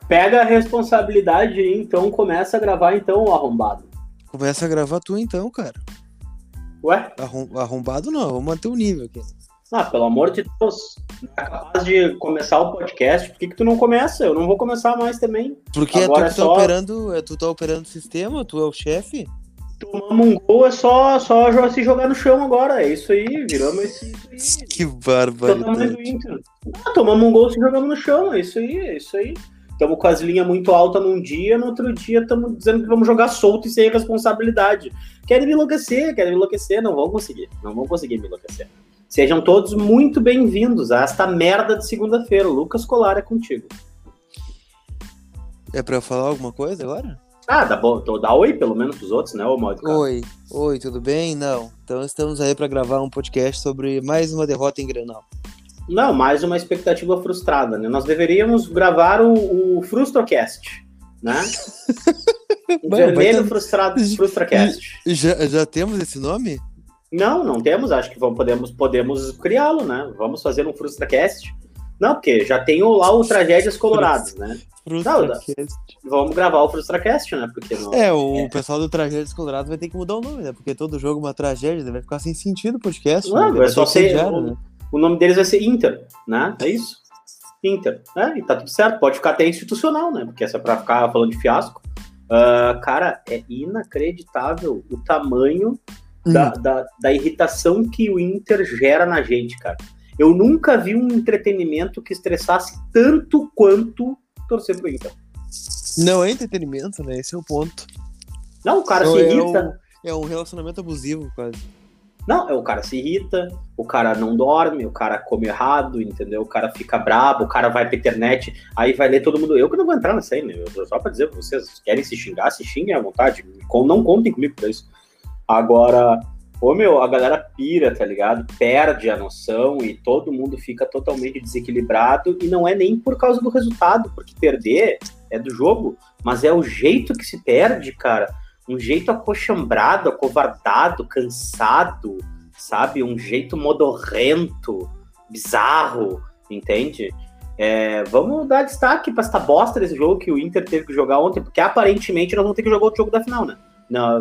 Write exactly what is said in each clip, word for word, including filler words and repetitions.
Pega a responsabilidade e então começa a gravar então, o arrombado. Começa a gravar tu então, cara. Ué? Arrom... Arrombado não, vamos manter o nível aqui. Ah, pelo amor de Deus. Não é capaz de começar o podcast. Por que, que tu não começa? Eu não vou começar mais também. Porque Agora é tu que é tá só... operando, é tu tá operando o sistema, tu é o chefe. Tomamos um gol, é só, só se jogar no chão agora. É isso aí, viramos esse, isso aí. Que barbaridade. Tamanho do Inter. Ah, tomamos um gol, se jogamos no chão. É isso aí, é isso aí. Estamos com as linhas muito altas num dia, no outro dia estamos dizendo que vamos jogar solto e sem responsabilidade. Querem me enlouquecer, querem me enlouquecer. Não vão conseguir, não vão conseguir me enlouquecer. Sejam todos muito bem-vindos a esta merda de segunda-feira. Lucas Colar é contigo. É pra eu falar alguma coisa agora? Ah, dá, bom, dá oi pelo menos pros outros, né, ô modo cara? Oi, oi, tudo bem? Não. Então estamos aí pra gravar um podcast sobre mais uma derrota em Grenal. Não, mais uma expectativa frustrada, né? Nós deveríamos gravar o, o Frustrocast, né? O Mano, vermelho ter... frustrado Frustracast. Já, já temos esse nome? Não, não temos. Acho que vamos, podemos, podemos criá-lo, né? Vamos fazer um Frustracast. Não, porque já tem lá o Tragédias Coloradas, né? Frustracast. Não, vamos gravar o Frustracast, né? Porque não... É, o é. pessoal do Tragédias Coloradas vai ter que mudar o nome, né? Porque todo jogo é uma tragédia, vai ficar sem sentido o podcast. Não, né? é só ser... Diário, o, né? o nome deles vai ser Inter, né? É isso? Inter. É, e tá tudo certo. Pode ficar até institucional, né? Porque essa é pra ficar falando de fiasco. Uh, cara, é inacreditável o tamanho hum. da, da, da irritação que o Inter gera na gente, cara. Eu nunca vi um entretenimento que estressasse tanto quanto torcer pro Inter. Não é entretenimento, né? Esse é o ponto. Não, o cara Não, se é irrita. Um, é um relacionamento abusivo, quase. Não, o cara se irrita, o cara não dorme, o cara come errado, entendeu? O cara fica brabo, o cara vai pra internet, aí vai ler todo mundo. Eu que não vou entrar nessa aí, né? Eu, só pra dizer pra vocês, querem se xingar, se xinguem à vontade. Não contem comigo pra isso. Agora, ô meu, a galera pira, tá ligado? Perde a noção e todo mundo fica totalmente desequilibrado e não é nem por causa do resultado, porque perder é do jogo, mas é o jeito que se perde, cara. Um jeito acochambrado, acovardado, cansado, sabe? Um jeito modorrento, bizarro, entende? É, vamos dar destaque para essa bosta desse jogo que o Inter teve que jogar ontem, porque aparentemente nós vamos ter que jogar outro jogo da final, né? Não.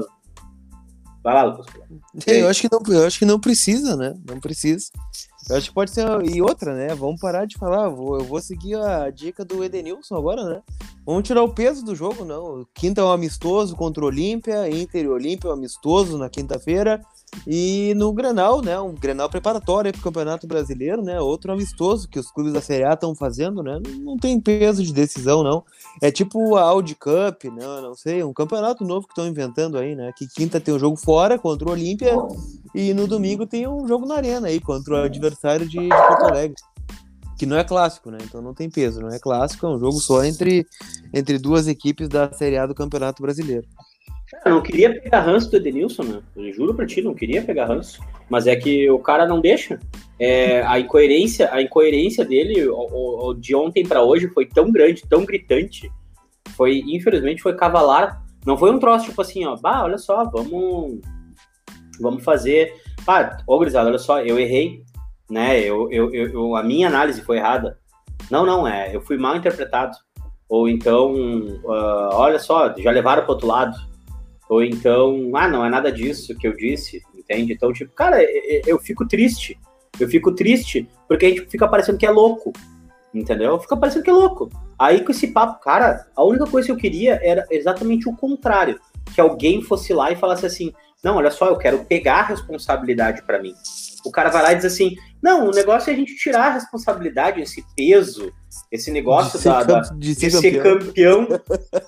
Vai lá, Lucas. Eu acho que não, eu acho que não precisa, né? Não precisa. Eu acho que pode ser... E outra, né? Vamos parar de falar. Eu vou, eu vou seguir a dica do Edenilson agora, né? Vamos tirar o peso do jogo, não. Quinta é um amistoso contra o Olímpia. Inter e Olímpia é um amistoso na quinta-feira. E no Grenal, né? Um Grenal preparatório para o Campeonato Brasileiro, né? Outro amistoso que os clubes da Série A estão fazendo, né? Não tem peso de decisão, não. É tipo a Audi Cup, né? Não sei, um campeonato novo que estão inventando aí, né? Que quinta tem um jogo fora contra o Olímpia e no domingo tem um jogo na Arena aí contra o adversário de, de Porto Alegre. Que não é clássico, né? Então não tem peso, não é clássico, é um jogo só entre, entre duas equipes da Série A do Campeonato Brasileiro. Eu não queria pegar ranço do Edenilson, né? Eu juro pra ti, não queria pegar ranço. Mas é que o cara não deixa. É, a incoerência, a incoerência dele o, o, de ontem pra hoje foi tão grande, tão gritante. Foi, infelizmente, foi cavalar. Não foi um troço tipo assim, ó. Bah, olha só, vamos, vamos fazer. Ah, ô gurizada, olha só, eu errei, né? Eu, eu, eu, a minha análise foi errada. Não, não, é. Eu fui mal interpretado. Ou então, uh, olha só, já levaram pro outro lado. Ou então, ah, não é nada disso que eu disse, entende? Então, tipo, cara, eu, eu fico triste. Eu fico triste porque a gente fica parecendo que é louco, entendeu? Fica parecendo que é louco. Aí com esse papo, cara, a única coisa que eu queria era exatamente o contrário. Que alguém fosse lá e falasse assim, não, olha só, eu quero pegar a responsabilidade pra mim. O cara vai lá e diz assim, não, o negócio é a gente tirar a responsabilidade, esse peso, esse negócio de ser, da, da, de ser de ser campeão. campeão.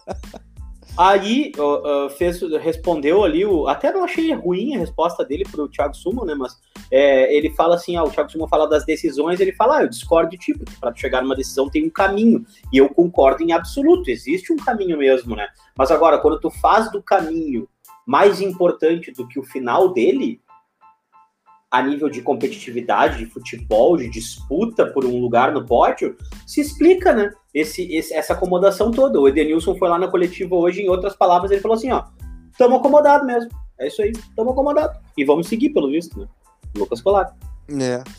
Aí uh, uh, fez, respondeu ali, o, até não achei ruim a resposta dele pro Thiago Summon, né, mas é, ele fala assim, ah, o Thiago Summon fala das decisões, ele fala, ah, eu discordo de ti, porque pra chegar numa decisão tem um caminho, e eu concordo em absoluto, existe um caminho mesmo, né, mas agora, quando tu faz do caminho mais importante do que o final dele, a nível de competitividade, de futebol, de disputa por um lugar no pódio, se explica, né? Esse, esse, essa acomodação toda. O Edenilson foi lá na coletiva hoje, em outras palavras, ele falou assim, ó, tamo acomodado mesmo. É isso aí, tamo acomodado. E vamos seguir, pelo visto, né? Lucas Colar. É.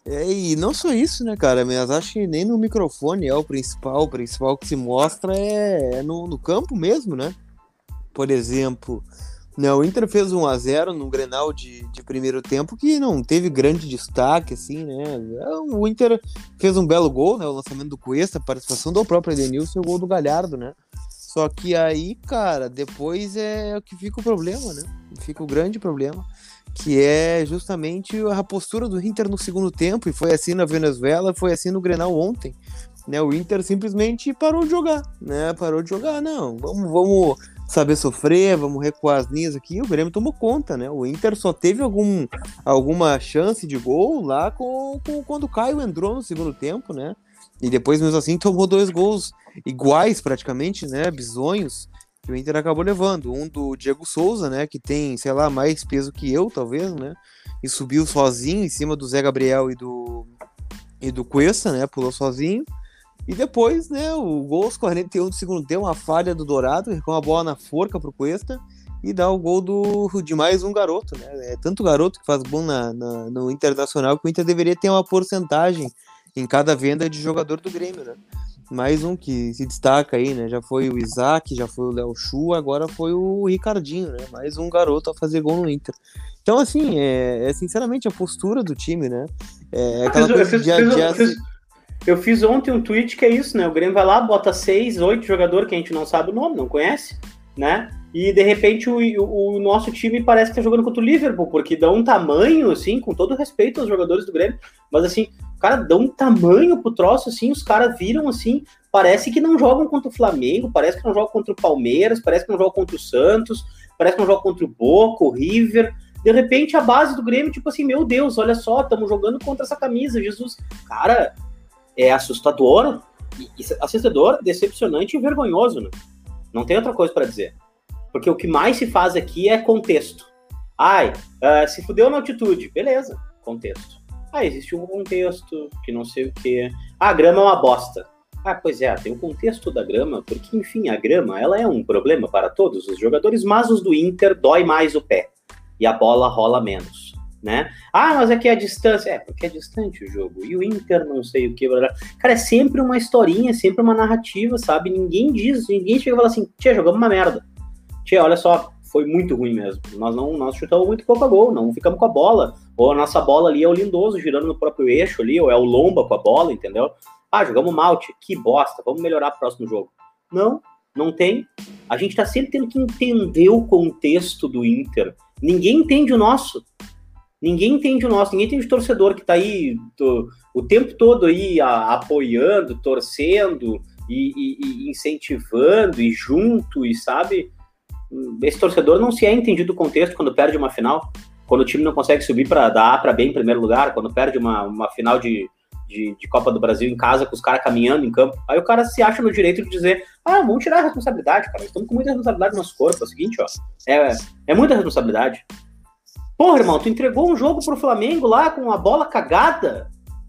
É, e não só isso, né, cara, mas acho que nem no microfone é o principal, o principal que se mostra é, é no, no campo mesmo, né? Por exemplo, né, o Inter fez um a zero no Grenal de, de primeiro tempo que não teve grande destaque, assim, né? O Inter fez um belo gol, né? O lançamento do Cuesta, a participação do próprio Edenilson e o gol do Galhardo, né? Só que aí, cara, depois é o que fica o problema, né? Fica o grande problema, que é justamente a postura do Inter no segundo tempo, e foi assim na Venezuela, foi assim no Grenal ontem, né? O Inter simplesmente parou de jogar, né? Parou de jogar, não, vamos, vamos saber sofrer, vamos recuar as linhas aqui, o Grêmio tomou conta, né? O Inter só teve algum, alguma chance de gol lá com, com, quando o Caio entrou no segundo tempo, né? E depois, mesmo assim, tomou dois gols iguais, praticamente, né? Bizonhos, que o Inter acabou levando. Um do Diego Souza, né? Que tem, sei lá, mais peso que eu, talvez, né? E subiu sozinho em cima do Zé Gabriel e do, e do Cuesta, né? Pulou sozinho. E depois, né? O gol aos quarenta e um do segundo tempo, uma falha do Dourado, com a bola na forca pro Cuesta. E dá o gol do, de mais um garoto, né? É tanto garoto que faz gol na, na, no Internacional que o Inter deveria ter uma porcentagem em cada venda de jogador do Grêmio, né? Mais um que se destaca aí, né? Já foi o Isaac, já foi o Léo Chu, agora foi o Ricardinho, né? Mais um garoto a fazer gol no Inter. Então, assim, é, é sinceramente a postura do time, né? É aquela eu, coisa fiz, de fiz, adiar... eu, fiz, eu fiz ontem um tweet que é isso, né? O Grêmio vai lá, bota seis, oito jogadores que a gente não sabe o nome, não conhece, né? E, de repente, o, o, o nosso time parece que tá jogando contra o Liverpool, porque dá um tamanho, assim, com todo respeito aos jogadores do Grêmio, mas, assim, cara, dá um tamanho pro troço, assim, os caras viram, assim, parece que não jogam contra o Flamengo, parece que não jogam contra o Palmeiras, parece que não jogam contra o Santos, parece que não jogam contra o Boca, o River. De repente, a base do Grêmio, tipo assim, meu Deus, olha só, estamos jogando contra essa camisa, Jesus. Cara, é assustador, assustador, decepcionante e vergonhoso, né? Não tem outra coisa para dizer. Porque o que mais se faz aqui é contexto. Ai, uh, se fudeu na altitude. Beleza, contexto. Ah, existe um contexto que não sei o quê. Ah, a grama é uma bosta. Ah, pois é, tem o contexto da grama, porque, enfim, a grama, ela é um problema para todos os jogadores, mas os do Inter dói mais o pé. E a bola rola menos, né? Ah, mas aqui é a distância. É, porque é distante o jogo. E o Inter não sei o quê. Blá, blá. Cara, é sempre uma historinha, sempre uma narrativa, sabe? Ninguém diz, ninguém chega e fala assim, tia, jogamos uma merda. Tia, olha só, foi muito ruim mesmo. Nós não, nós chutamos muito pouco a gol, não ficamos com a bola. Ou a nossa bola ali é o Lindoso girando no próprio eixo ali, ou é o Lomba com a bola, entendeu? Ah, jogamos mal, tia, que bosta, vamos melhorar pro próximo jogo. Não, não tem. A gente tá sempre tendo que entender o contexto do Inter. Ninguém entende o nosso. Ninguém entende o nosso, ninguém entende o torcedor que tá aí tô, o tempo todo aí a, apoiando, torcendo e, e, e incentivando e junto, e sabe... Esse torcedor não se é entendido o contexto quando perde uma final, quando o time não consegue subir para dar A para B em primeiro lugar, quando perde uma, uma final de, de, de Copa do Brasil em casa com os caras caminhando em campo. Aí o cara se acha no direito de dizer, ah, vamos tirar a responsabilidade, cara, estamos com muita responsabilidade no nosso corpo. É o seguinte, ó, é, é muita responsabilidade. Porra, irmão, tu entregou um jogo pro Flamengo lá com a bola cagada.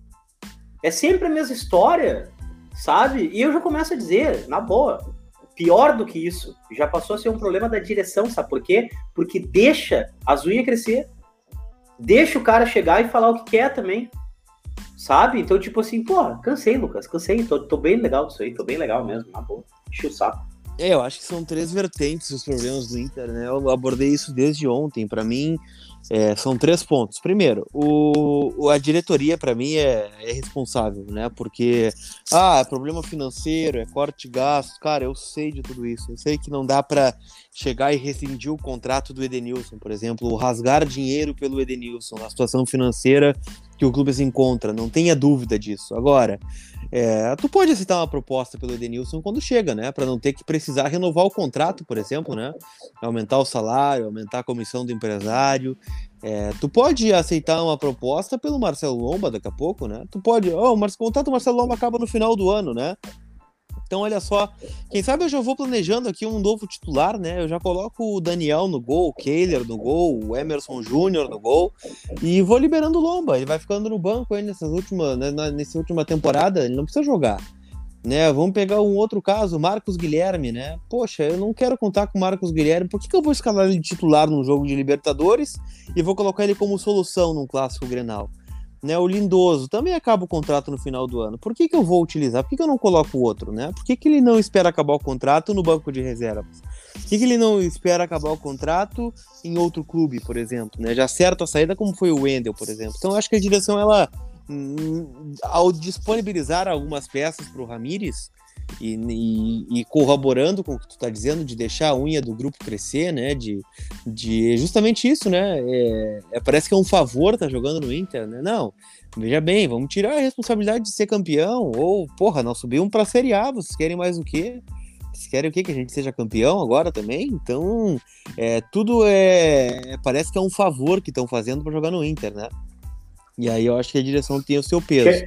É sempre a mesma história, sabe? E eu já começo a dizer, na boa, pior do que isso, já passou a ser um problema da direção, sabe por quê? Porque deixa as unhas crescer, deixa o cara chegar e falar o que quer também, sabe? Então, tipo assim, pô, cansei, Lucas, cansei, tô, tô bem legal disso aí, tô bem legal mesmo, na boa, enche o saco. É, eu acho que são três vertentes os problemas do Inter, né? Eu abordei isso desde ontem. Para mim, é, são três pontos. Primeiro, o, a diretoria, para mim, é, é responsável, né? Porque, ah, é problema financeiro, é corte de gastos. Cara, eu sei de tudo isso. Eu sei que não dá para chegar e rescindir o contrato do Edenilson, por exemplo, rasgar dinheiro pelo Edenilson, a situação financeira que o clube se encontra. Não tenha dúvida disso. Agora... É, tu pode aceitar uma proposta pelo Edenilson quando chega, né? Para não ter que precisar renovar o contrato, por exemplo, né? Aumentar o salário, aumentar a comissão do empresário. É, tu pode aceitar uma proposta pelo Marcelo Lomba daqui a pouco, né? Tu pode... Oh, o contrato do Marcelo Lomba acaba no final do ano, né? Então, olha só, quem sabe eu já vou planejando aqui um novo titular, né? Eu já coloco o Daniel no gol, o Kehler no gol, o Emerson Júnior no gol e vou liberando o Lomba. Ele vai ficando no banco aí nessas últimas, né, nessa última temporada, ele não precisa jogar, né? Vamos pegar um outro caso, Marcos Guilherme, né? Poxa, eu não quero contar com o Marcos Guilherme, por que, que eu vou escalar ele de titular num jogo de Libertadores e vou colocar ele como solução num clássico Grenal? né? O Lindoso também acaba o contrato no final do ano. Por que que eu vou utilizar? Por que que eu não coloco o outro, né? Por que que ele não espera acabar o contrato no banco de reservas? Por que que ele não espera acabar o contrato em outro clube, por exemplo, né? Já acerta a saída como foi o Wendel, por exemplo. Então eu acho que a direção, ela, hum, ao disponibilizar algumas peças para o Ramires, E, e, e corroborando com o que tu tá dizendo, de deixar a unha do grupo crescer, né, de, de justamente isso, né, é, é, parece que é um favor tá jogando no Inter, né, não, veja bem, vamos tirar a responsabilidade de ser campeão, ou, porra, nós subimos pra Série A, vocês querem mais o quê? Vocês querem o quê? Que a gente seja campeão agora também? Então, é, tudo é, parece que é um favor que estão fazendo pra jogar no Inter, né, e aí eu acho que a direção tem o seu peso. Que...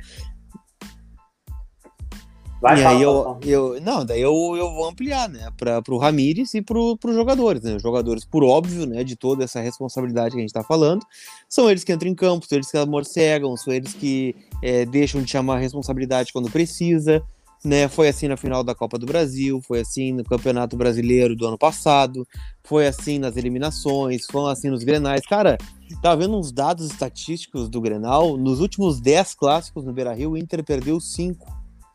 Vai, e fala, aí eu, fala. eu não, daí eu, eu vou ampliar, né, para o Ramires e para os jogadores, né, os jogadores, por óbvio, né, de toda essa responsabilidade que a gente está falando, são eles que entram em campo, são eles que amorcegam, são eles que é, deixam de chamar a responsabilidade quando precisa, né, foi assim na final da Copa do Brasil, foi assim no Campeonato Brasileiro do ano passado, foi assim nas eliminações, foi assim nos Grenais, cara, tava vendo uns dados estatísticos do Grenal, nos últimos dez clássicos no Beira-Rio, o Inter perdeu cinco.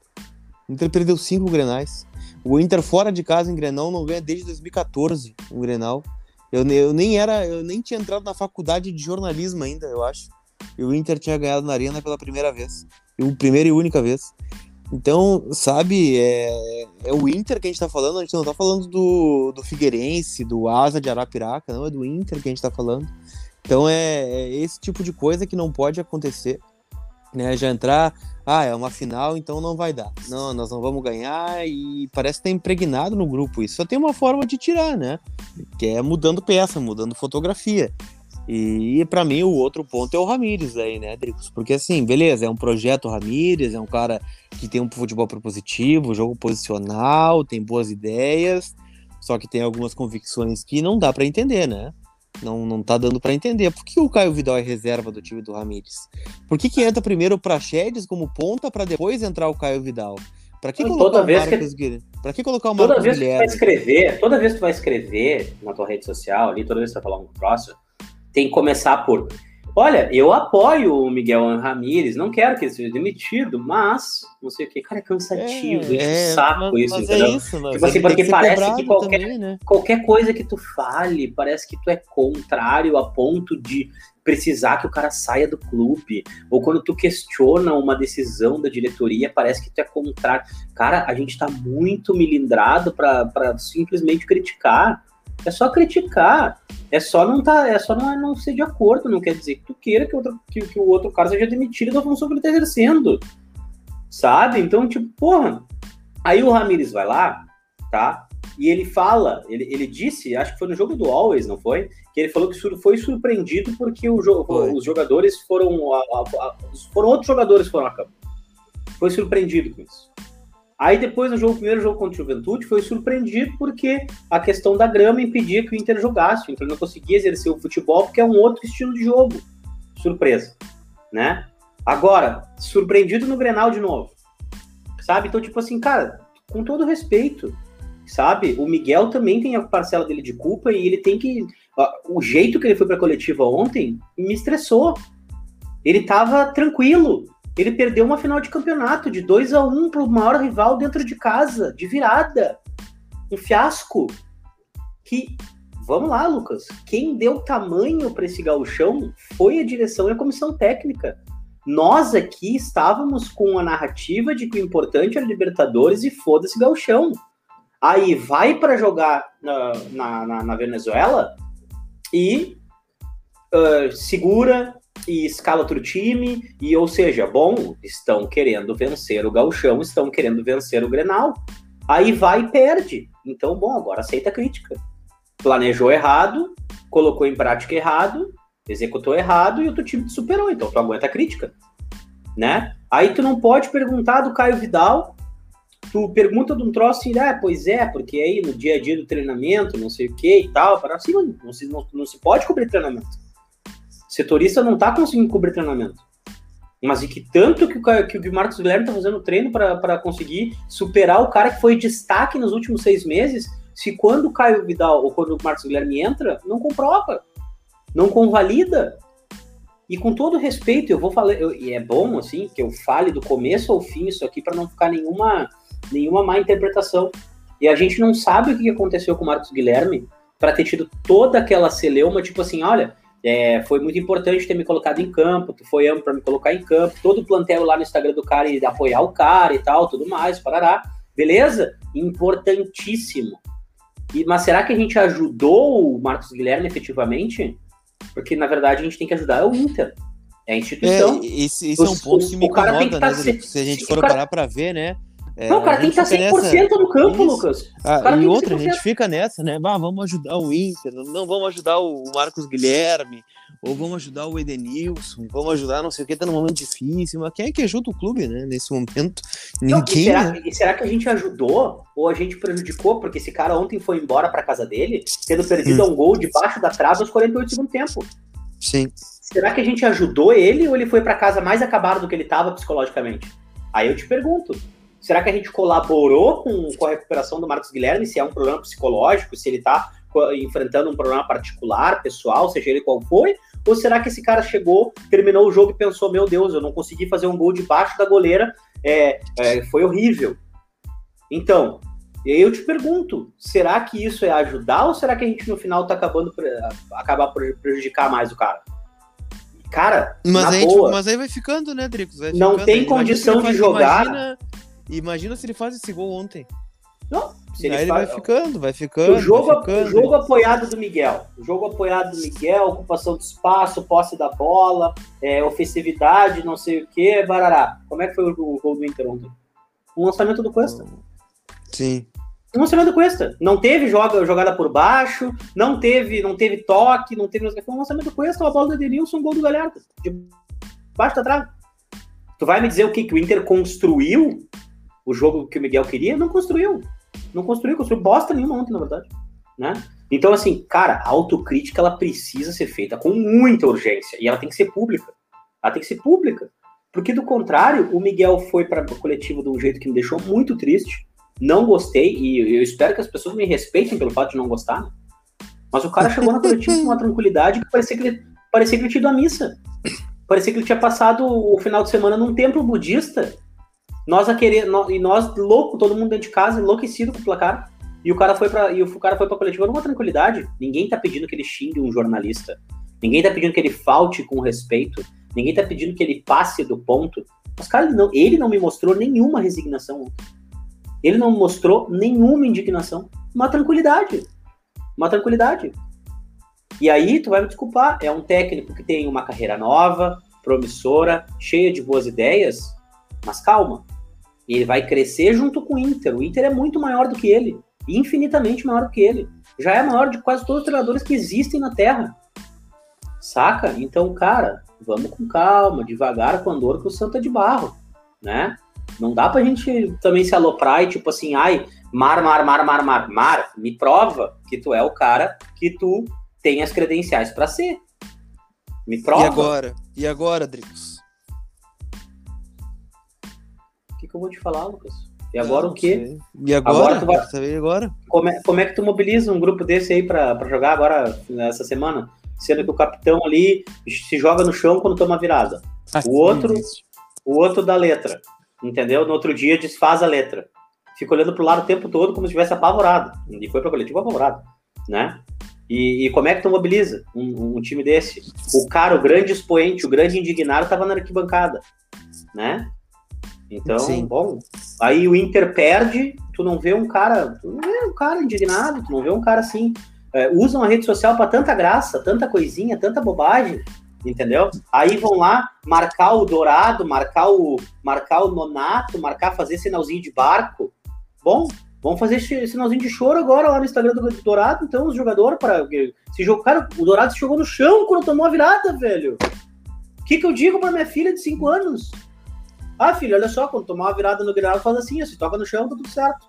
O Inter perdeu cinco Grenais. O Inter fora de casa em Grenal não ganha desde dois mil e catorze um Grenal. Eu, eu nem era, eu nem tinha entrado na faculdade de jornalismo ainda, eu acho. E o Inter tinha ganhado na Arena pela primeira vez. E primeira e única vez. Então, sabe, é, é o Inter que a gente tá falando, a gente não tá falando do, do Figueirense, do Asa de Arapiraca, não, é do Inter que a gente tá falando. Então é, é esse tipo de coisa que não pode acontecer. Né, já entrar, ah, é uma final, então não vai dar. Não, nós não vamos ganhar e parece que tá impregnado no grupo. Isso só tem uma forma de tirar, né? Que é mudando peça, mudando fotografia. E para mim o outro ponto é o Ramires aí, né, Dricos? Porque assim, beleza, é um projeto Ramires, é um cara que tem um futebol propositivo, jogo posicional, tem boas ideias, só que tem algumas convicções que não dá para entender, né? Não, não tá dando pra entender. Por que o Caio Vidal é reserva do time do Ramires? Por que que entra primeiro o Praxedes como ponta pra depois entrar o Caio Vidal? Pra que colocar toda o vez Marcos que... Guilherme? Pra que colocar o Toda Marcos vez que tu vai Guilherme? escrever, toda vez que tu vai escrever na tua rede social ali, toda vez que tu vai falar um troço, tem que começar por... Olha, eu apoio o Miguel Ramírez, não quero que ele seja demitido, mas não sei o que, cara, é cansativo, É, deixa é, o saco mas, isso, mas entendeu? é isso, mas tipo assim, ele tem porque que ser parece cobrado que qualquer, também, né? qualquer coisa que tu fale, parece que tu é contrário a ponto de precisar que o cara saia do clube, ou quando tu questiona uma decisão da diretoria, parece que tu é contrário. Cara, a gente tá muito milindrado pra, pra simplesmente criticar. É só criticar. É só não tá, é só não, não ser de acordo. Não quer dizer que tu queira que, outro, que, que o outro cara seja demitido da função que ele tá exercendo. Sabe? Então, tipo, porra. Aí o Ramires vai lá, tá? E ele fala, ele, ele disse, acho que foi no jogo do Always, não foi? Que ele falou que foi surpreendido porque o jo- os jogadores foram. A, a, a, foram outros jogadores que foram a campo. Foi surpreendido com isso. Aí depois no jogo, primeiro jogo contra o Juventude, foi surpreendido porque a questão da grama impedia que o Inter jogasse. O Inter não conseguia exercer o futebol porque é um outro estilo de jogo. Surpresa, né? Agora, surpreendido no Grenal de novo. Sabe? Então, tipo assim, cara, com todo respeito, sabe? O Miguel também tem a parcela dele de culpa e ele tem que... O jeito que ele foi pra coletiva ontem me estressou. Ele tava tranquilo. Ele perdeu uma final de campeonato de dois a um pro maior rival dentro de casa, de virada. Um fiasco. Que, vamos lá, Lucas, quem deu tamanho para esse gauchão foi a direção e a comissão técnica. Nós aqui estávamos com a narrativa de que o importante era Libertadores e foda-se gauchão. Aí vai para jogar na, na, na, na Venezuela e uh, segura... e escala outro time, e ou seja, bom, estão querendo vencer o gauchão, estão querendo vencer o Grenal, aí vai e perde, então bom, agora aceita a crítica, planejou errado, colocou em prática errado, executou errado, e o teu time te superou, então tu aguenta a crítica, né? Aí tu não pode perguntar do Caio Vidal, tu pergunta de um troço e, ah, pois é, porque aí no dia a dia do treinamento, não sei o que e tal, para assim, não se, não, não se pode cobrir treinamento. Setorista não tá conseguindo cobrir treinamento. Mas e que tanto que o, que o Marcos Guilherme tá fazendo treino para conseguir superar o cara que foi destaque nos últimos seis meses, se quando o Caio Vidal ou quando o Marcos Guilherme entra, não comprova, não convalida. E com todo respeito, eu vou falar, eu, e é bom, assim, que eu fale do começo ao fim isso aqui para não ficar nenhuma, nenhuma má interpretação. E a gente não sabe o que aconteceu com o Marcos Guilherme para ter tido toda aquela celeuma, tipo assim, olha, é, foi muito importante ter me colocado em campo, tu foi amplo para me colocar em campo, todo o plantel lá no Instagram do cara e apoiar o cara e tal, tudo mais, parará. Beleza? Importantíssimo. E, mas será que a gente ajudou o Marcos Guilherme efetivamente? Porque, na verdade, a gente tem que ajudar o Inter. É a instituição. É, esse, esse é um ponto que me incomoda, né? Se, se a gente for cara... parar pra ver, né? É, não, o cara tem que estar cem por cento nessa... no campo, Isso. Lucas. Ah, e outra, a gente fica nessa, né? Ah, vamos ajudar o Inter, não vamos ajudar o Marcos Guilherme, ou vamos ajudar o Edenilson, vamos ajudar não sei o que, tá num momento difícil. Mas quem é que ajuda o clube, né? Nesse momento, ninguém. Não, e, será, né? e será que a gente ajudou ou a gente prejudicou? Porque esse cara ontem foi embora pra casa dele, tendo perdido hum. um gol debaixo da trave aos quarenta e oito do segundo tempo. Sim. Será que a gente ajudou ele ou ele foi pra casa mais acabado do que ele tava psicologicamente? Aí eu te pergunto. Será que a gente colaborou com, com a recuperação do Marcos Guilherme, se é um problema psicológico, se ele está enfrentando um problema particular, pessoal, seja ele qual foi? Ou será que esse cara chegou, terminou o jogo e pensou, meu Deus, eu não consegui fazer um gol debaixo da goleira, é, é, foi horrível. Então, eu te pergunto, será que isso é ajudar ou será que a gente no final está acabando acabar por prejudicar mais o cara? Cara, mas, na aí, boa, mas aí vai ficando, né, Dricos? Vai não ficando, tem condição de faz, jogar... Imagina... Imagina se ele faz esse gol ontem. Não, se ele, Aí ele faz... vai ficando, vai ficando. O jogo, vai ficando. O jogo apoiado do Miguel. O jogo apoiado do Miguel, ocupação de espaço, posse da bola, é, ofensividade, não sei o que, barará. Como é que foi o, o gol do Inter ontem? Um lançamento do Cuesta. Sim. Um lançamento do Cuesta. Não teve joga, jogada por baixo, não teve, não teve toque, não teve. Foi um lançamento do Cuesta, uma bola do Edenilson, um gol do Galhardo. De baixo da trave. Tu vai me dizer o que, que o Inter construiu? O jogo que o Miguel queria, não construiu. Não construiu, construiu bosta nenhuma ontem, na verdade. Né? Então, assim, cara, a autocrítica, ela precisa ser feita com muita urgência. E ela tem que ser pública. Ela tem que ser pública. Porque, do contrário, o Miguel foi para o coletivo de um jeito que me deixou muito triste. Não gostei, e eu espero que as pessoas me respeitem pelo fato de não gostar. Né? Mas o cara chegou na coletiva com uma tranquilidade que parecia que ele, parecia que ele tinha ido à missa. Parecia que ele tinha passado o final de semana num templo budista. Nós a querer, nós, e nós louco, todo mundo dentro de casa, enlouquecido com o placar. E o cara foi para e o cara foi para coletiva numa tranquilidade. Ninguém tá pedindo que ele xingue um jornalista. Ninguém tá pedindo que ele falte com respeito. Ninguém tá pedindo que ele passe do ponto. Mas cara, ele não, ele não me mostrou nenhuma resignação. Ele não mostrou nenhuma indignação. Uma tranquilidade. Uma tranquilidade. E aí, tu vai me desculpar, é um técnico que tem uma carreira nova, promissora, cheia de boas ideias, mas calma. Ele vai crescer junto com o Inter. O Inter é muito maior do que ele. Infinitamente maior do que ele. Já é maior de quase todos os treinadores que existem na Terra. Saca? Então, cara, vamos com calma, devagar com a dor que o santo é de barro, né? Não dá pra gente também se aloprar e tipo assim, ai, mar, mar, mar, mar, mar, mar, me prova que tu é o cara que tu tem as credenciais pra ser. Me prova. E agora? E agora, Dricos? O que, que eu vou te falar, Lucas? E agora o quê? Sei. E agora? agora, tu vai... saber agora? Como, é, como é que tu mobiliza um grupo desse aí pra, pra jogar agora, essa semana? Sendo que o capitão ali se joga no chão quando toma virada. Ah, o outro o outro dá letra, entendeu? No outro dia desfaz a letra. Fica olhando pro lado o tempo todo como se estivesse apavorado. E foi pra coletivo apavorado, né? E, e como é que tu mobiliza um, um time desse? O cara, o grande expoente, o grande indignado tava na arquibancada, né? Então, Sim. bom, aí o Inter perde, tu não vê um cara, tu não vê um cara indignado, tu não vê um cara assim, é, usam a rede social para tanta graça, tanta coisinha, tanta bobagem, entendeu? Aí vão lá marcar o Dourado, marcar o, marcar o Nonato, marcar, fazer sinalzinho de barco. Bom, vamos fazer esse sinalzinho de choro agora lá no Instagram do Dourado, então, os jogadores, para se jogar, cara, o Dourado se jogou no chão quando tomou a virada, velho. O que que eu digo pra minha filha de cinco anos? Ah, filho, olha só, quando tomar uma virada no Grenal, faz assim, ó, se toca no chão, tá tudo certo.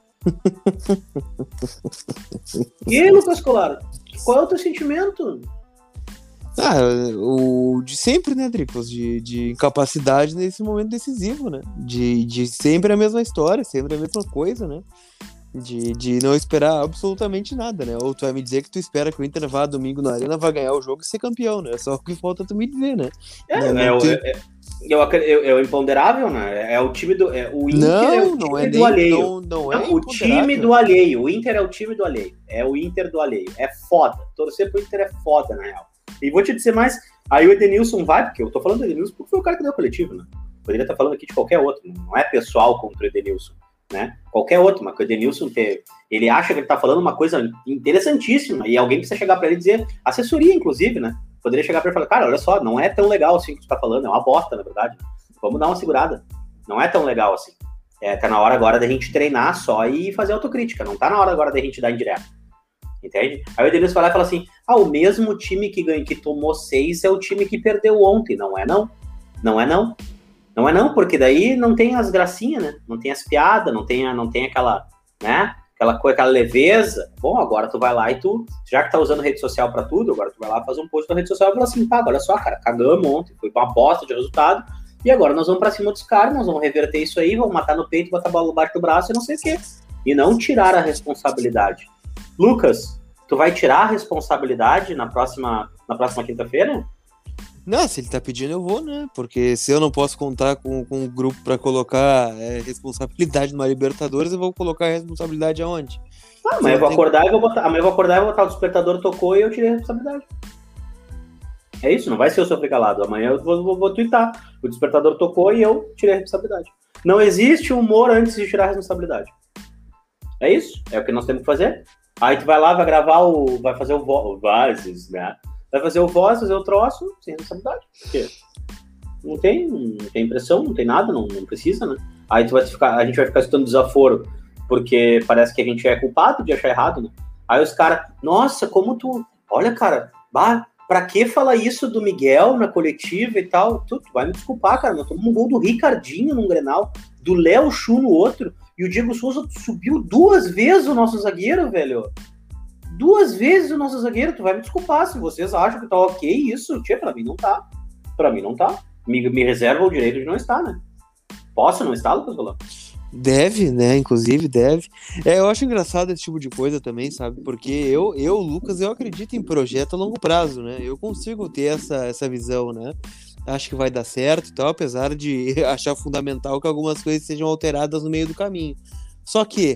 E aí, Lucas Colar, qual é o teu sentimento? Ah, o de sempre, né, Dricos? De, de incapacidade nesse momento decisivo, né? De, de sempre a mesma história, sempre a mesma coisa, né? De, de não esperar absolutamente nada, né? Ou tu vai me dizer que tu espera que o Inter vá domingo na Arena, vai ganhar o jogo e ser campeão, né? Só o que falta tu me dizer, né? É, Não, é, não o- tem... é, é, o- é, é o imponderável, né? É o time do. É, o Inter é o não, não é time do nem... alheio. Não, não é Não, o time imponderável. do alheio. O Inter é o time do alheio. É o Inter do alheio. É foda. Torcer pro Inter é foda, na real. E vou te dizer mais. Aí o Edenilson vai, porque eu tô falando do Edenilson porque foi o cara que deu o coletivo, né? Poderia estar falando aqui de qualquer outro. Não é pessoal contra o Edenilson, né? Qualquer outro, mas que o Edenilson ter, ele acha que ele tá falando uma coisa interessantíssima e alguém precisa chegar para ele e dizer, assessoria, inclusive, né? Poderia chegar para ele e falar, cara, olha só, não é tão legal assim que tu tá falando, é uma bosta, na verdade. Vamos dar uma segurada. Não é tão legal assim. É, tá na hora agora da gente treinar só e fazer autocrítica. Não tá na hora agora da gente dar indireto. Entende? Aí o Edenilson vai lá e fala assim, ah, o mesmo time que ganhou, que tomou seis é o time que perdeu ontem. Não é não. Não é não. Não é não, porque daí não tem as gracinhas, né? Não tem as piadas, não tem, a, não tem aquela, né? Aquela coisa, aquela leveza. Bom, agora tu vai lá e tu, já que tá usando rede social pra tudo, agora tu vai lá e faz um post na rede social e fala assim, pá, olha só, cara, cagamos ontem, foi uma bosta de resultado, e agora nós vamos pra cima dos caras, nós vamos reverter isso aí, vamos matar no peito, botar a bola embaixo do braço e não sei o quê. E não tirar a responsabilidade. Lucas, tu vai tirar a responsabilidade na próxima, na próxima quinta-feira? Não, se ele tá pedindo, eu vou, né? Porque se eu não posso contar com, com um grupo pra colocar é, responsabilidade numa Libertadores, eu vou colocar a responsabilidade aonde? Ah, amanhã eu vou acordar e vou botar. Amanhã eu vou acordar e vou botar o despertador tocou e eu tirei a responsabilidade. É isso, não vai ser eu sofrer calado. Amanhã eu vou, vou, vou twittar. O despertador tocou e eu tirei a responsabilidade. Não existe humor antes de tirar a responsabilidade. É isso? É o que nós temos que fazer. Aí tu vai lá, vai gravar o. Vai fazer o vo... Vozes, né? Vai fazer o voz, fazer o troço, sem responsabilidade. Por quê? Não tem, não tem pressão, não tem nada, não, não precisa, né? Aí tu vai ficar, a gente vai ficar escutando desaforo, porque parece que a gente é culpado de achar errado, né? Aí os caras, nossa, como tu... Olha, cara, bah, pra que falar isso do Miguel na coletiva e tal? Tu, tu vai me desculpar, cara, nós tomamos um gol do Ricardinho num Grenal, do Léo Chu no outro, e o Diego Souza subiu duas vezes o nosso zagueiro, velho. Duas vezes o nosso zagueiro, tu vai me desculpar se vocês acham que tá ok isso. Tia, pra mim não tá. Pra mim não tá. Me, me reserva o direito de não estar, né? Posso não estar, Lucas Golão? Deve, né? Inclusive, deve. É, eu acho engraçado esse tipo de coisa também, sabe? Porque eu, eu, Lucas, eu acredito em projeto a longo prazo, né? Eu consigo ter essa, essa visão, né? Acho que vai dar certo e tal, apesar de achar fundamental que algumas coisas sejam alteradas no meio do caminho. Só que,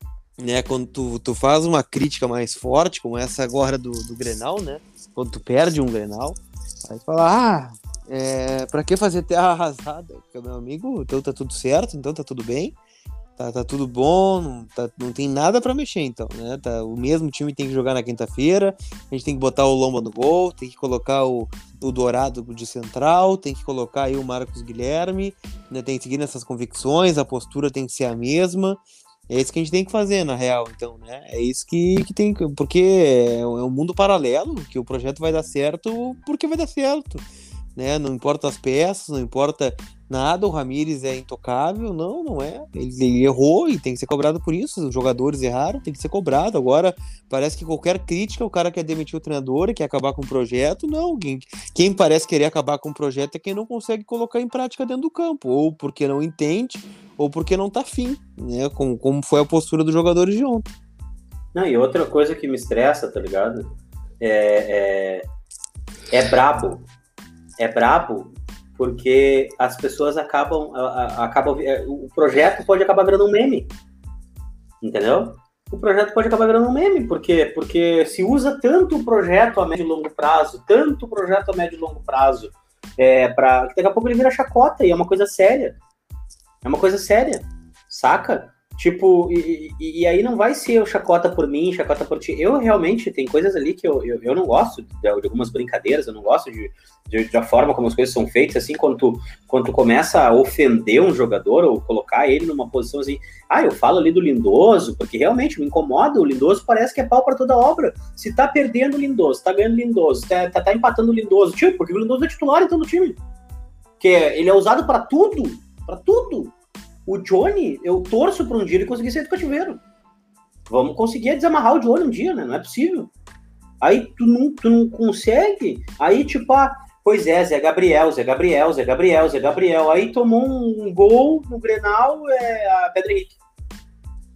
né, quando tu, tu faz uma crítica mais forte, como essa agora do, do Grenal, né? Quando tu perde um Grenal, aí tu fala, ah, é, pra que fazer terra arrasada? Porque, meu amigo, então tá tudo certo, então tá tudo bem, tá, tá tudo bom, não, tá, não tem nada pra mexer, então, né? Tá, o mesmo time tem que jogar na quinta-feira, a gente tem que botar o Lomba no gol, tem que colocar o, o Dourado de central, tem que colocar aí o Marcos Guilherme, né? Tem que seguir nessas convicções, a postura tem que ser a mesma. É isso que a gente tem que fazer, na real, então, né? É isso que, que tem que... Porque é um mundo paralelo, que o projeto vai dar certo porque vai dar certo, né? Não importa as peças, não importa nada, o Ramires é intocável, não, não é. Ele, ele errou e tem que ser cobrado por isso, os jogadores erraram, tem que ser cobrado. Agora, parece que qualquer crítica, o cara quer demitir o treinador e quer acabar com o projeto, não. Quem, quem parece querer acabar com o projeto é quem não consegue colocar em prática dentro do campo, ou porque não entende, ou porque não tá afim, né? Como, como foi a postura dos jogadores de ontem. Não, e outra coisa que me estressa, tá ligado? É, é, é brabo. É brabo porque as pessoas acabam, acabam... O projeto pode acabar virando um meme. Entendeu? O projeto pode acabar virando um meme. Por quê? Porque se usa tanto o projeto a médio e longo prazo, tanto o projeto a médio e longo prazo, é, pra, que daqui a pouco ele vira chacota e é uma coisa séria. É uma coisa séria, saca? Tipo, e, e, e aí não vai ser o chacota por mim, chacota por ti. Eu realmente, tem coisas ali que eu, eu, eu não gosto, de, de algumas brincadeiras, eu não gosto de, de, da forma como as coisas são feitas, assim, quando tu, quando tu começa a ofender um jogador ou colocar ele numa posição assim, ah, eu falo ali do Lindoso, porque realmente me incomoda, o Lindoso parece que é pau pra toda obra. Se tá perdendo o Lindoso, tá ganhando o Lindoso, tá, tá, tá empatando o Lindoso, tipo, porque o Lindoso é titular então do time. Porque ele é usado pra tudo, pra tudo. O Johnny, eu torço para um dia ele conseguir sair do cativeiro. Vamos conseguir desamarrar o Johnny um dia, né? Não é possível. Aí tu não, tu não consegue. Aí, tipo, ah, pois é, Zé Gabriel, Zé Gabriel, Zé Gabriel, Zé Gabriel. Aí tomou um gol no Grenal, é a Pedro Henrique.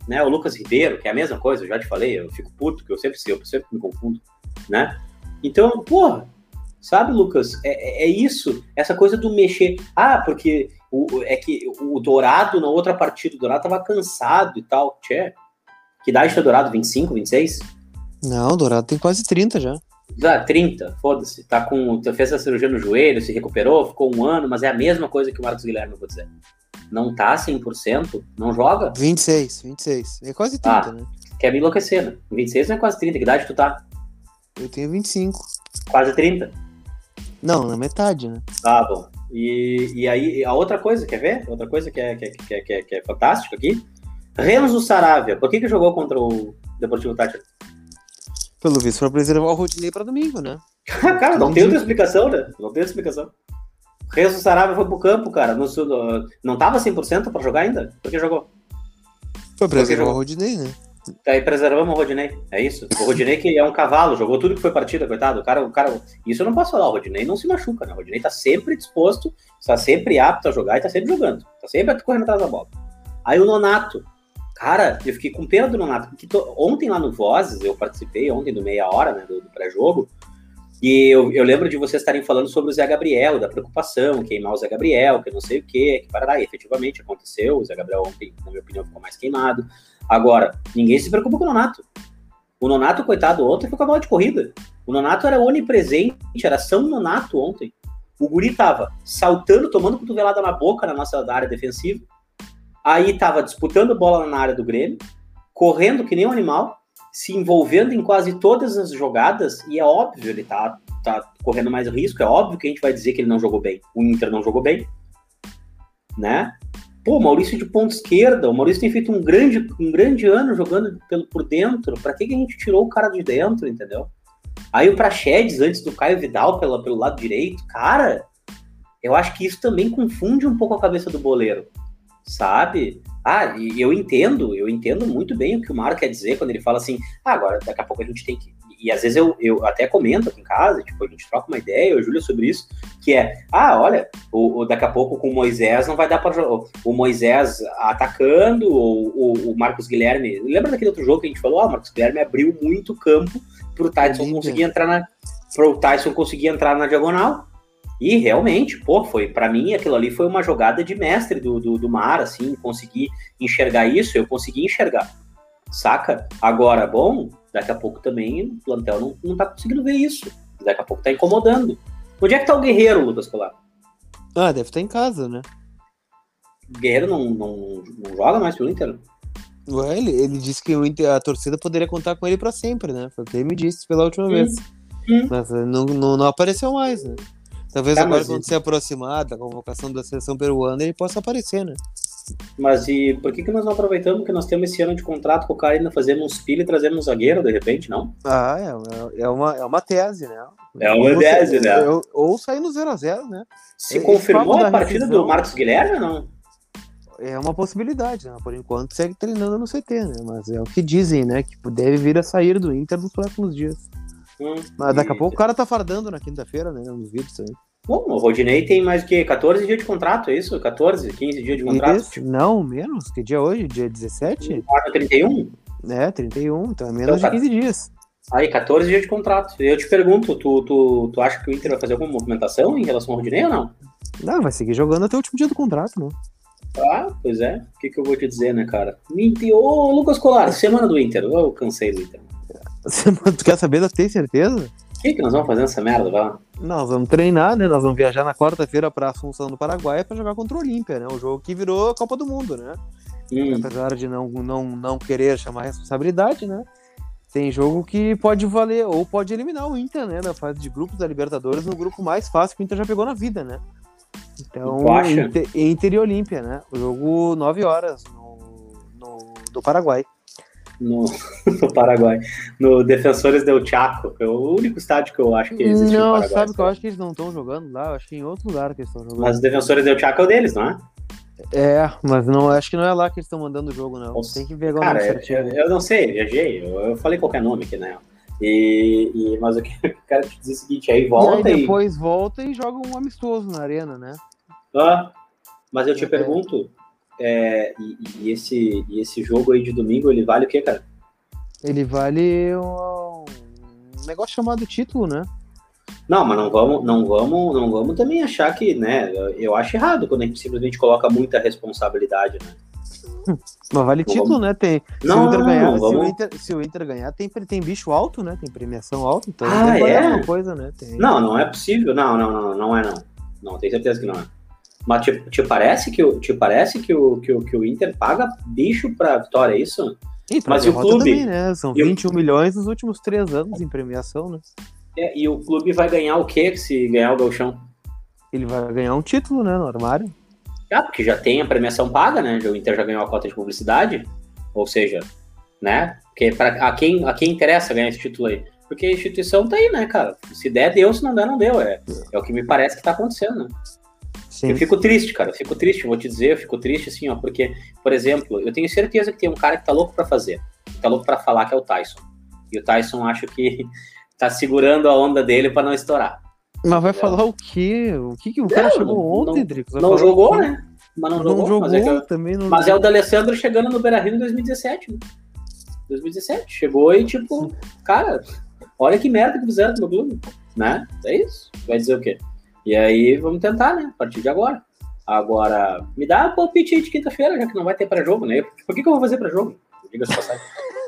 né? O Lucas Ribeiro, que é a mesma coisa, eu já te falei, eu fico puto, que eu sempre sei, eu sempre me confundo, né? Então, porra, sabe, Lucas, é, é isso, essa coisa do mexer. Ah, porque o, é que o Dourado, na outra partida, o Dourado tava cansado e tal. Tchê, que idade tá Dourado? vinte e cinco, vinte e seis? Não, o Dourado tem quase trinta já. Ah, trinta, foda-se. Tá com, fez a cirurgia no joelho, se recuperou, ficou um ano, mas é a mesma coisa que o Marcos Guilherme, eu vou dizer. Não tá cem por cento, não joga? vinte e seis, vinte e seis. É quase trinta, ah, né? Quer me enlouquecer, né? vinte e seis não é quase trinta, que idade tu tá? Eu tenho vinte e cinco. Quase trinta? Não, na metade, né? Ah, bom. E, e aí, a outra coisa, quer ver? Outra coisa que é, que é, que é, que é, que é fantástica aqui. Renzo Saravia, por que que jogou contra o Deportivo Táchira? Pelo visto, pra preservar o Rodinei pra domingo, né? Cara, não tem outra explicação, né? Não tem outra explicação. Renzo Saravia foi pro campo, cara. No, no, não tava cem por cento pra jogar ainda? Por que jogou? Foi preservar o Rodinei, né? Aí preservamos o Rodinei, é isso. O Rodinei que é um cavalo, jogou tudo que foi partida, coitado. O cara, o cara, isso eu não posso falar, o Rodinei não se machuca, né? O Rodinei tá sempre disposto, tá sempre apto a jogar e tá sempre jogando. Tá sempre correndo atrás da bola. Aí o Nonato, cara, eu fiquei com pena do Nonato, porque tô, ontem lá no Vozes, eu participei ontem do meia hora, né, do, do pré-jogo, e eu, eu lembro de vocês estarem falando sobre o Zé Gabriel, da preocupação, queimar o Zé Gabriel, que não sei o quê, que parará, e efetivamente aconteceu, o Zé Gabriel ontem, na minha opinião, ficou mais queimado. Agora, ninguém se preocupa com o Nonato. O Nonato, coitado, ontem foi com a bola de corrida. O Nonato era onipresente, era São Nonato ontem. O guri tava saltando, tomando cotovelada na boca na nossa área defensiva, aí tava disputando bola na área do Grêmio, correndo que nem um animal, se envolvendo em quase todas as jogadas, e é óbvio, ele tá, tá correndo mais risco, é óbvio que a gente vai dizer que ele não jogou bem. O Inter não jogou bem, né? Pô, Maurício de ponta esquerda, o Maurício tem feito um grande, um grande ano jogando pelo, por dentro, pra que, que a gente tirou o cara de dentro, entendeu? Aí o Praxedes, antes do Caio Vidal, pela, pelo lado direito, cara, eu acho que isso também confunde um pouco a cabeça do boleiro, sabe? Ah, e eu entendo, eu entendo muito bem o que o Mário quer dizer quando ele fala assim, ah, agora daqui a pouco a gente tem que... E às vezes eu, eu até comento aqui em casa, tipo, a gente troca uma ideia, eu e o Júlio, sobre isso, que é, ah, olha, o, o, daqui a pouco com o Moisés não vai dar para jogar, o Moisés atacando, ou o, o Marcos Guilherme, lembra daquele outro jogo que a gente falou, ah, o Marcos Guilherme abriu muito campo pro Tyson conseguir entrar na, pro Tyson conseguir entrar na diagonal, e realmente, pô, foi, pra mim, aquilo ali foi uma jogada de mestre do, do, do Mar, assim, conseguir enxergar isso, eu consegui enxergar, saca? Agora, bom, daqui a pouco também o plantel não, não tá conseguindo ver isso, daqui a pouco tá incomodando. Onde é que tá o Guerreiro, Lucas Colar? Ah, deve estar em casa, né? O Guerreiro não, não, não joga mais pelo Inter? Ué, ele, ele disse que o Inter, a torcida poderia contar com ele pra sempre, né? Foi o que ele me disse pela última hum, vez. Hum. Mas não, não, não apareceu mais, né? Talvez tá, agora, quando e... se aproximar da convocação da seleção peruana, ele possa aparecer, né? Mas e por que, que nós não aproveitamos que nós temos esse ano de contrato com o cara e ainda fazemos uns pila e trazemos um zagueiro, de repente, não? Ah, é, é, uma, é uma tese, né? É uma ou tese, se, né? Ou, ou sair no zero a zero, né? Se Esse confirmou a partida revisão, do Marcos Guilherme ou não? É uma possibilidade, né? Por enquanto segue treinando no C T, né? Mas é o que dizem, né? Que deve vir a sair do Inter nos próximos dias. Hum, Mas daqui e... a pouco o cara tá fardando na quinta-feira, né? Nos vídeos também. Bom, o Rodinei tem mais o quê? catorze dias de contrato, é isso? catorze, quinze dias de contrato? Isso? Não, menos. Que dia é hoje? Dia dezessete? trinta e um? É, trinta e um. Então é menos então, de quinze dias. Aí, catorze dias de contrato. Eu te pergunto, tu, tu, tu acha que o Inter vai fazer alguma movimentação em relação ao Rodinei ou não? Não, vai seguir jogando até o último dia do contrato, né? Ah, pois é. O que, que eu vou te dizer, né, cara? Ô, Lucas Colar, semana do Inter. Eu cansei do Inter. Tu quer saber? Tem certeza? O que, que nós vamos fazer nessa merda, vai lá? Nós vamos treinar, né? Nós vamos viajar na quarta-feira pra Assunção do Paraguai pra jogar contra o Olímpia, né? O jogo que virou a Copa do Mundo, né? Hum. Apesar de não, não, não querer chamar responsabilidade, né? Tem jogo que pode valer ou pode eliminar o Inter, né? Na fase de grupos da Libertadores, no grupo mais fácil que o Inter já pegou na vida, né? Então, Inter, Inter e Olímpia, né? O jogo nove horas no, no, do Paraguai. No, no Paraguai, no Defensores del Chaco, é o único estádio que eu acho que existe não, no Paraguai. Não, sabe que eu acho que eles não estão jogando lá, eu acho que em outro lugar que eles estão jogando. Mas o Defensores del Chaco é o deles, não é? É, mas não, acho que não é lá que eles estão mandando o jogo, não. Nossa. Tem que ver agora. Cara, eu, eu não sei, viajei, eu, eu falei qualquer nome aqui, né? E, e, mas eu quero te dizer o seguinte, aí volta e... Aí e depois volta e joga um amistoso na arena, né? Ah, mas eu te é. pergunto, É, e, e, esse, e esse jogo aí de domingo, ele vale o quê, cara? Ele vale um, um negócio chamado título, né? Não, mas não vamos, não vamos, não vamos também achar que, né? Eu acho errado quando a gente simplesmente coloca muita responsabilidade, né? Mas vale Não título, vamos... né? Tem, se, não, o Inter não, ganhar, não, se, vamos... o Inter, se o Inter ganhar, tem, tem bicho alto, né? Tem premiação alta, então ah, tem é? alguma coisa, né? Tem... Não, não é possível. Não, não, não, não é não. Não, tenho certeza que não é. Mas te, te parece, que, o, te parece que, o, que, o, que o Inter paga bicho pra vitória, é isso? E mas e o clube? Também, né? São vinte e um milhões nos últimos três anos em premiação, né? É, e o clube vai ganhar o quê se ganhar o Gauchão? Ele vai ganhar um título, né, no armário. Ah, porque já tem a premiação paga, né? O Inter já ganhou a cota de publicidade. Ou seja, né? Porque pra, a, quem, a quem interessa ganhar esse título aí? Porque a instituição tá aí, né, cara? Se der, deu. Se não der, não deu. É, é o que me parece que tá acontecendo, né? Sim. Eu fico triste, cara. Eu fico triste, vou te dizer. Eu fico triste, assim, ó. Porque, por exemplo, eu tenho certeza que tem um cara que tá louco pra fazer. Que tá louco pra falar, que é o Tyson. E o Tyson, acho que tá segurando a onda dele pra não estourar. Mas vai falar o quê? O que, que o cara não, chegou ontem, Drico? Não, não jogou, né? Mas não, não jogou. jogou mas é, eu... também não mas é o D'Alessandro chegando no Beira-Rio em dois mil e dezessete, né? dois mil e dezessete. Chegou e, tipo, cara, olha que merda que fizeram com o meu clube, né? É isso. Vai dizer o quê? E aí, vamos tentar, né? A partir de agora. Agora, me dá palpite aí de quinta-feira, já que não vai ter pré-jogo, né? Por que, que eu vou fazer pré-jogo? Diga-se passagem.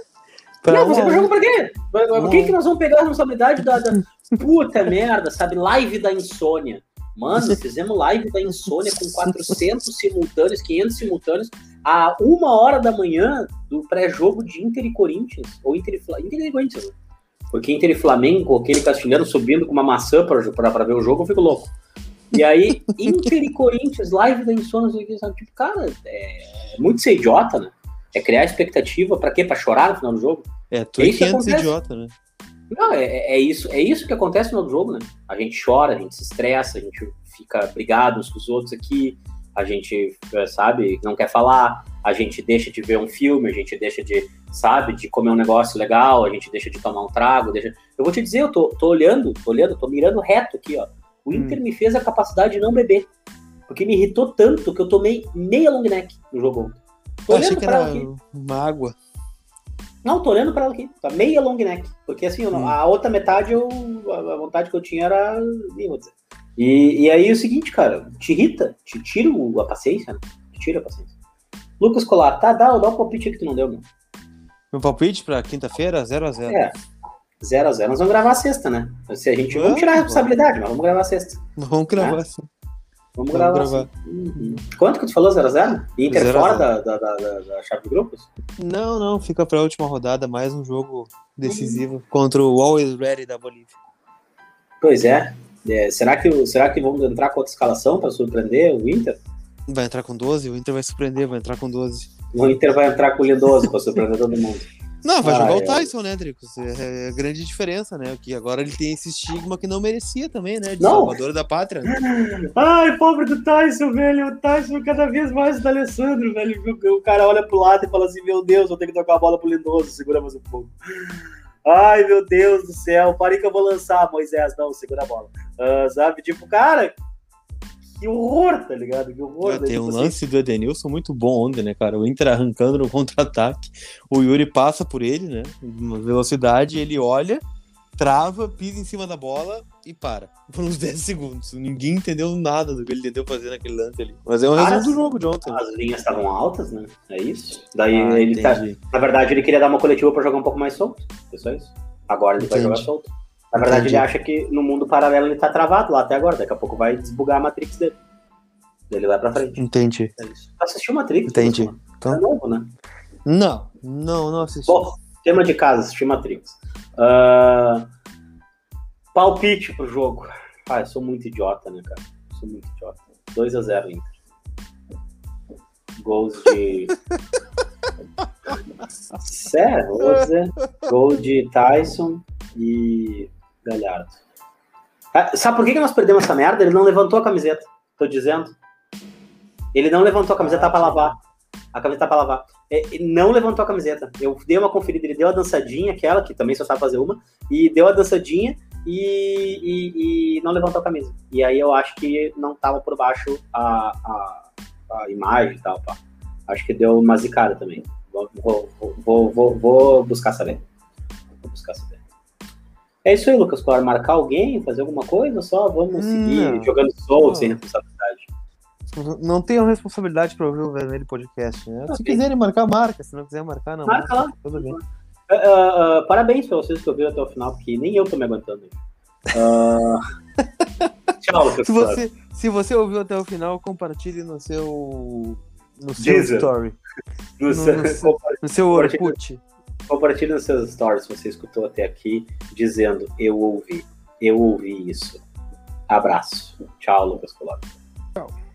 Não, você vai jogar pra quê? Por que, que nós vamos pegar a responsabilidade da, da... Puta merda, sabe? Live da insônia. Mano, fizemos live da insônia com quatrocentos simultâneos, quinhentos simultâneos, a uma hora da manhã do pré-jogo de Inter e Corinthians. Ou Inter e, Fla... Inter e Corinthians, né? Porque Inter e Flamengo, aquele castilhano subindo com uma maçã pra, pra, pra ver o jogo, eu fico louco. E aí, Inter e Corinthians, live da insônia, sabe? Tipo, cara, é muito ser idiota, né? É criar expectativa pra quê? Pra chorar no final do jogo? É, tu é quinhentos idiota, né? Não, é, é, isso, é isso que acontece no final do jogo, né? A gente chora, a gente se estressa, a gente fica brigado uns com os outros aqui, a gente, sabe, não quer falar, a gente deixa de ver um filme, a gente deixa de, sabe, de comer um negócio legal, a gente deixa de tomar um trago, deixa... Eu vou te dizer, eu tô, tô olhando, tô olhando, tô mirando reto aqui, ó. O Inter hum. me fez a capacidade de não beber, porque me irritou tanto que eu tomei meia long neck no jogo ontem. Tô eu achei que era aqui. Uma água. Não, tô olhando pra ela aqui. Tá meia long neck. Porque assim, hum. a outra metade, eu, a vontade que eu tinha era... Vou dizer. E, e aí é o seguinte, cara. Te irrita. Te tira a paciência, né? Te tira a paciência. Lucas Colar, tá? Dá, dá o palpite que tu não deu, meu. Meu palpite pra quinta-feira, zero a zero. É. zero a zero. Nós vamos gravar a sexta, né? Se a gente... Vamos tirar a responsabilidade, mas vamos gravar a sexta. Vamos gravar, é? sim. Vamos, vamos gravar. gravar. Uhum. Quanto que tu falou? zero a zero? Inter zero fora da, da, da, da, da chave de grupos? Não, não. Fica pra última rodada. Mais um jogo decisivo uhum. contra o Always Ready da Bolívia. Pois é. é será, que, será que vamos entrar com outra escalação pra surpreender o Inter? Vai entrar com doze? O Inter vai surpreender. Vai entrar com doze. O Inter vai entrar com o Lindoso pra surpreender todo mundo. Não, vai ah, jogar é. o Tyson, né, Dricos? É, é a grande diferença, né? Que agora ele tem esse estigma que não merecia também, né? De não. salvador da pátria. Né? Ai, pobre do Tyson, velho. O Tyson cada vez mais do Alessandro, velho. O cara olha pro lado e fala assim, meu Deus, vou ter que tocar a bola pro Lindoso. Segura mais um pouco. Ai, meu Deus do céu. Parei que eu vou lançar, Moisés. Não, segura a bola. Uh, sabe? Tipo, cara... Que horror, tá ligado? Que horror. Ah, tem um lance do Edenilson muito bom ontem, né, cara? O Inter arrancando no contra-ataque. O Yuri passa por ele, né? Uma velocidade, ele olha, trava, pisa em cima da bola e para. Por uns dez segundos. Ninguém entendeu nada do que ele tentou fazer naquele lance ali. Mas é um resumo do jogo de ontem. As linhas estavam altas, né? É isso. Daí ah, ele entendi. tá. Na verdade, ele queria dar uma coletiva pra jogar um pouco mais solto. É só isso. Agora ele entendi. vai jogar solto. Na verdade, Entendi. ele acha que no mundo paralelo ele tá travado lá até agora. Daqui a pouco vai desbugar a Matrix dele. Ele vai pra frente. Entendi. É isso. Assistiu Matrix? Entendi. Então... É novo, né? Não, não, não assisti. Bom, tema de casa, assistir Matrix. Uh... Palpite pro jogo. Ah, eu sou muito idiota, né, cara? Eu sou muito idiota. dois a zero Inter. Gols de... Sério, vou dizer. Gol de Tyson e Galhardo. Ah, sabe por que que nós perdemos essa merda? Ele não levantou a camiseta. Tô dizendo. Ele não levantou a camiseta ah, pra lavar. A camiseta tá pra lavar. Ele não levantou a camiseta. Eu dei uma conferida, ele deu a dançadinha, aquela, que também só sabe fazer uma, e deu a dançadinha e, e, e não levantou a camisa. E aí eu acho que não tava por baixo a, a, a imagem e tal, pá. Acho que deu uma zicada também. Vou, vou, vou, vou, vou buscar saber. Vou buscar saber. É isso aí, Lucas Colar. Marcar alguém, fazer alguma coisa, só vamos seguir não. jogando solto, não. sem responsabilidade. Não tenham responsabilidade para ouvir o Vermelho Podcast, né? Não, se tem. quiserem marcar, marca. Se não quiser marcar, não. Marca marca. lá. Tudo bem. Uh, uh, uh, parabéns para vocês que ouviram até o final, porque nem eu tô me aguentando. Uh... Tchau, Lucas se Colar. você, se você ouviu até o final, compartilhe no seu, no seu Deezer. story. No, No, seu, no, seu, no seu Orkut. Compartilhe nos seus stories se você escutou até aqui, dizendo eu ouvi, eu ouvi isso. Abraço. Tchau, Lucas Colar. Tchau.